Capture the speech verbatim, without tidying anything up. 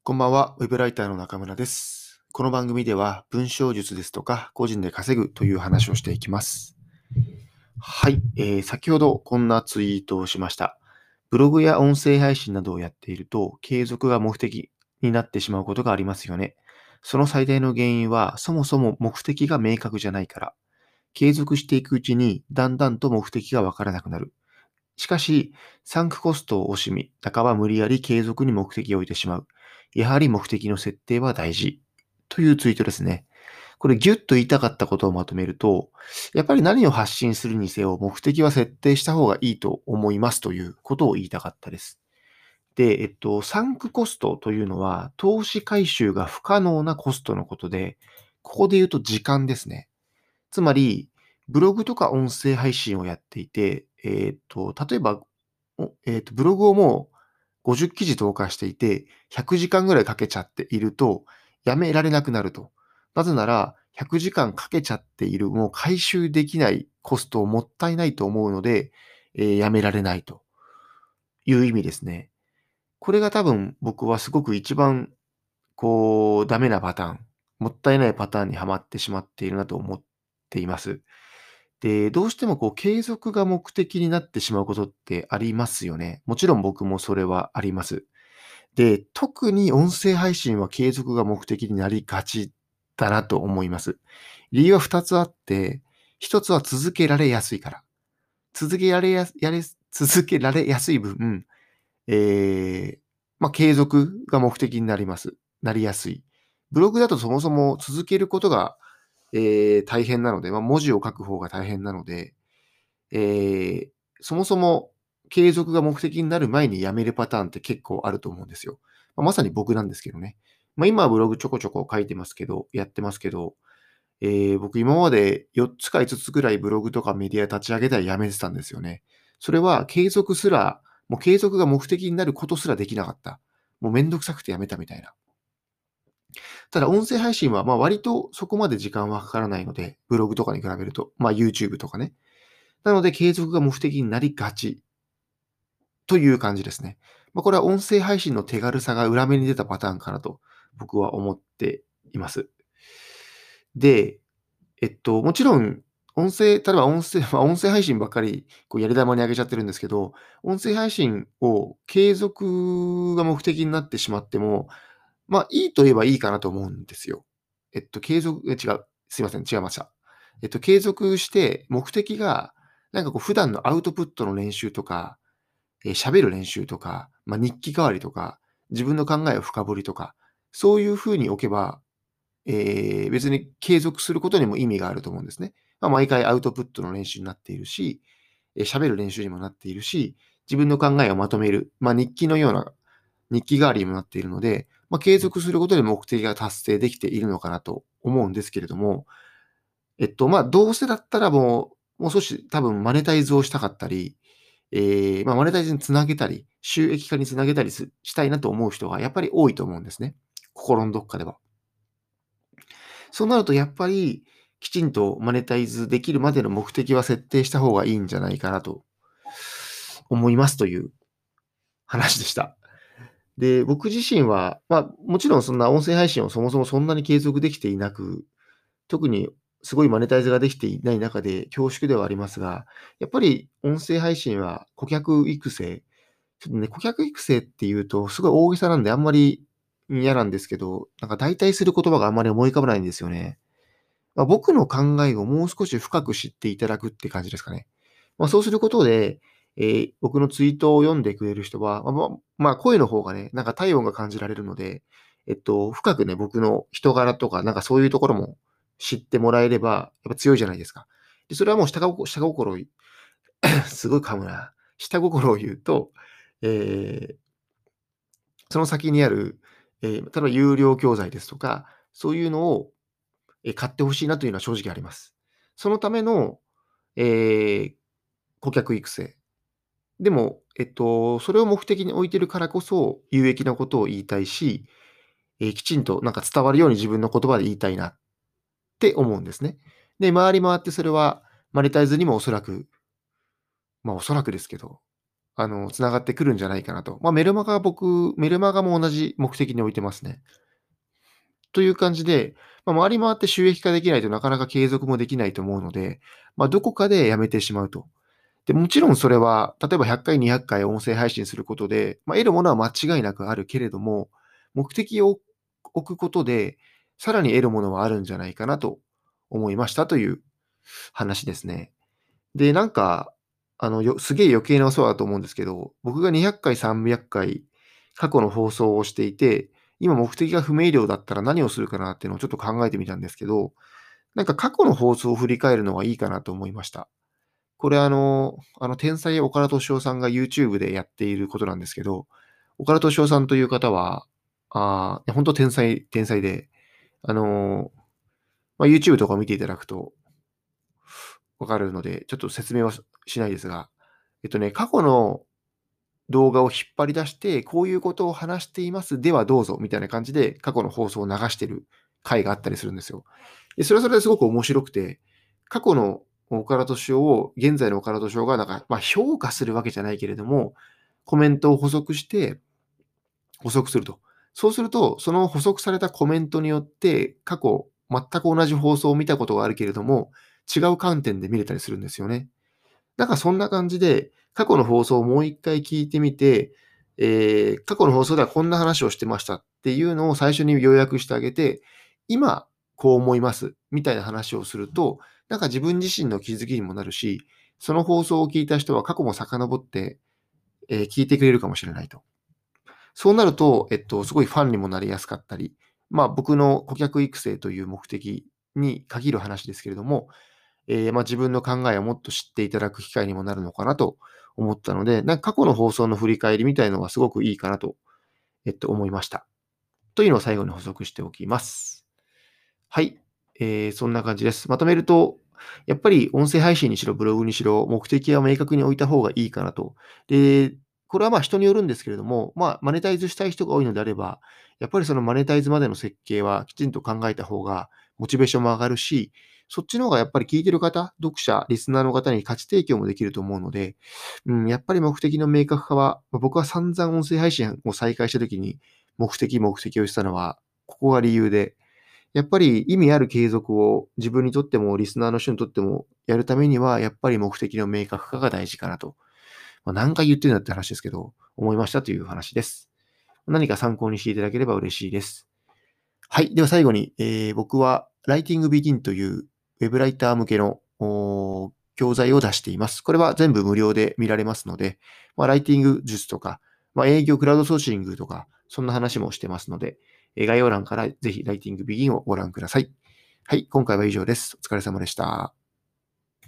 こんばんは、ウェブライターの中村です。この番組では文章術ですとか個人で稼ぐという話をしていきます。はい、えー先ほどこんなツイートをしました。ブログや音声配信などをやっていると継続が目的になってしまうことがありますよね。その最大の原因はそもそも目的が明確じゃないから。継続していくうちにだんだんと目的がわからなくなる。しかし、サンクコストを惜しみ、半ば無理やり継続に目的を置いてしまう。やはり目的の設定は大事。というツイートですね。これギュッと言いたかったことをまとめると、やっぱり何を発信するにせよ目的は設定した方がいいと思いますということを言いたかったです。で、えっと、サンクコストというのは投資回収が不可能なコストのことで、ここで言うと時間ですね。つまり、ブログとか音声配信をやっていて、えっと、例えば、おえっと、ブログをもうごじゅう記事投下していて、ひゃくじかんぐらいかけちゃっていると、やめられなくなると。なぜなら、ひゃくじかんかけちゃっている、もう回収できないコストをもったいないと思うので、えーやめられないという意味ですね。これが多分僕はすごく一番、こう、ダメなパターン、もったいないパターンにはまってしまっているなと思っています。で、どうしてもこう継続が目的になってしまうことってありますよね。もちろん僕もそれはあります。で、特に音声配信は継続が目的になりがちだなと思います。理由はふたつあって、ひとつは続けられやすいから。続けられやす、やれ、続けられやすい分、えー、まあ、継続が目的になります。なりやすい。ブログだとそもそも続けることが、えー大変なので、まあ、文字を書く方が大変なので、えーそもそも継続が目的になる前に辞めるパターンって結構あると思うんですよ。まあ、まさに僕なんですけどね。まあ、今はブログちょこちょこ書いてますけど、やってますけど、えー僕今までよっつかいつつぐらいブログとかメディア立ち上げたらやめてたんですよね。それは継続すら、もう継続が目的になることすらできなかった。もうめんどくさくてやめたみたいな。ただ音声配信はまあ割とそこまで時間はかからないので、ブログとかに比べると、まあ YouTube とかね。なので継続が目的になりがちという感じですね。まあ、これは音声配信の手軽さが裏目に出たパターンかなと僕は思っています。で、えっと、もちろん、音声、例えば音声、まあ、音声配信ばっかりこうやり玉に上げちゃってるんですけど、音声配信を継続が目的になってしまっても、まあ、いいと言えばいいかなと思うんですよ。えっと、継続、え、違う。すいません、違いました。えっと、継続して目的が、なんかこう普段のアウトプットの練習とか、えー喋る練習とか、まあ、日記代わりとか、自分の考えを深掘りとか、そういう風に置けば、えー別に継続することにも意味があると思うんですね。まあ、毎回アウトプットの練習になっているし、えー喋る練習にもなっているし、自分の考えをまとめる、まあ、日記のような、日記代わりにもなっているので、まあ、継続することで目的が達成できているのかなと思うんですけれども、えっと、まあ、どうせだったらもう、もう少し多分マネタイズをしたかったり、ええ、まあ、マネタイズにつなげたり、収益化につなげたりすしたいなと思う人がやっぱり多いと思うんですね。心のどっかでは。そうなるとやっぱり、きちんとマネタイズできるまでの目的は設定した方がいいんじゃないかなと思いますという話でした。で、僕自身は、まあ、もちろんそんな音声配信をそもそもそんなに継続できていなく、特にすごいマネタイズができていない中で恐縮ではありますが、やっぱり音声配信は顧客育成、ちょっとね、顧客育成っていうとすごい大げさなんであんまり嫌なんですけど、なんか代替する言葉があんまり思い浮かばないんですよね。まあ、僕の考えをもう少し深く知っていただくって感じですかね。まあ、そうすることで、えー僕のツイートを読んでくれる人は、まあ、ままあ、声の方がね、なんか体温が感じられるので、えっと、深くね、僕の人柄とか、なんかそういうところも知ってもらえれば、やっぱ強いじゃないですか。で、それはもう下心下心をすごい噛むな。下心を言うと、えーその先にある、えー例えば有料教材ですとか、そういうのを、え、買って欲しいなというのは正直あります。そのための、えー顧客育成。でも、えっと、それを目的に置いてるからこそ、有益なことを言いたいし、えーきちんとなんか伝わるように自分の言葉で言いたいなって思うんですね。で、回り回ってそれはマネタイズにもおそらく、まあ、おそらくですけど、 あの、つながってくるんじゃないかなと。まあ、メルマガ僕、メルマガも同じ目的に置いてますね。という感じで、まあ、回り回って収益化できないとなかなか継続もできないと思うので、まあ、どこかでやめてしまうと。で、もちろんそれは、例えばひゃっかい、にひゃっかい音声配信することで、まあ、得るものは間違いなくあるけれども、目的を置くことで、さらに得るものはあるんじゃないかなと思いましたという話ですね。で、なんか、あの、よすげえ余計なお世話だと思うんですけど、僕がにひゃっかい、さんびゃっかい過去の放送をしていて、今目的が不明瞭だったら何をするかなっていうのをちょっと考えてみたんですけど、なんか過去の放送を振り返るのはいいかなと思いました。これあの、あの天才岡田斗司夫さんが YouTube でやっていることなんですけど、岡田斗司夫さんという方は、ああ、本当天才、天才で、あの、まあ、YouTube とかを見ていただくとわかるので、ちょっと説明はしないですが、えっとね、過去の動画を引っ張り出して、こういうことを話しています。ではどうぞ、みたいな感じで過去の放送を流してる回があったりするんですよ。で、それはそれですごく面白くて、過去の岡田斗司夫を、現在の岡田斗司夫がなんか、まあ、評価するわけじゃないけれども、コメントを補足して、補足すると。そうすると、その補足されたコメントによって、過去、全く同じ放送を見たことがあるけれども、違う観点で見れたりするんですよね。なんかそんな感じで、過去の放送をもう一回聞いてみて、えー、過去の放送ではこんな話をしてましたっていうのを最初に要約してあげて、今こう思いますみたいな話をすると、なんか自分自身の気づきにもなるし、その放送を聞いた人は過去も遡って、えー聞いてくれるかもしれないと。そうなると、えっと、すごいファンにもなりやすかったり、まあ僕の顧客育成という目的に限る話ですけれども、えーまあ、自分の考えをもっと知っていただく機会にもなるのかなと思ったので、なんか過去の放送の振り返りみたいのがすごくいいかなと、えっと、思いました。というのを最後に補足しておきます。はい。えーそんな感じです。まとめると、やっぱり音声配信にしろ、ブログにしろ、目的は明確に置いた方がいいかなと。で、これはまあ人によるんですけれども、まあ、マネタイズしたい人が多いのであれば、やっぱりそのマネタイズまでの設計はきちんと考えた方が、モチベーションも上がるし、そっちの方がやっぱり聞いてる方、読者、リスナーの方に価値提供もできると思うので、うん、やっぱり目的の明確化は、まあ僕は散々音声配信を再開した時に、目的、目的をしたのは、ここが理由で、やっぱり意味ある継続を自分にとってもリスナーの人にとってもやるためには、やっぱり目的の明確化が大事かなと。まあ、何回言ってるんだって話ですけど、思いましたという話です。何か参考にしていただければ嬉しいです。はい。では最後に、えー僕は Writing Begin というウェブライター向けのおー教材を出しています。これは全部無料で見られますので、まあ、ライティング術とか、まあ、営業、クラウドソーシングとか、そんな話もしてますので、えー概要欄からぜひ Writing Begin をご覧ください。はい。今回は以上です。お疲れ様でした。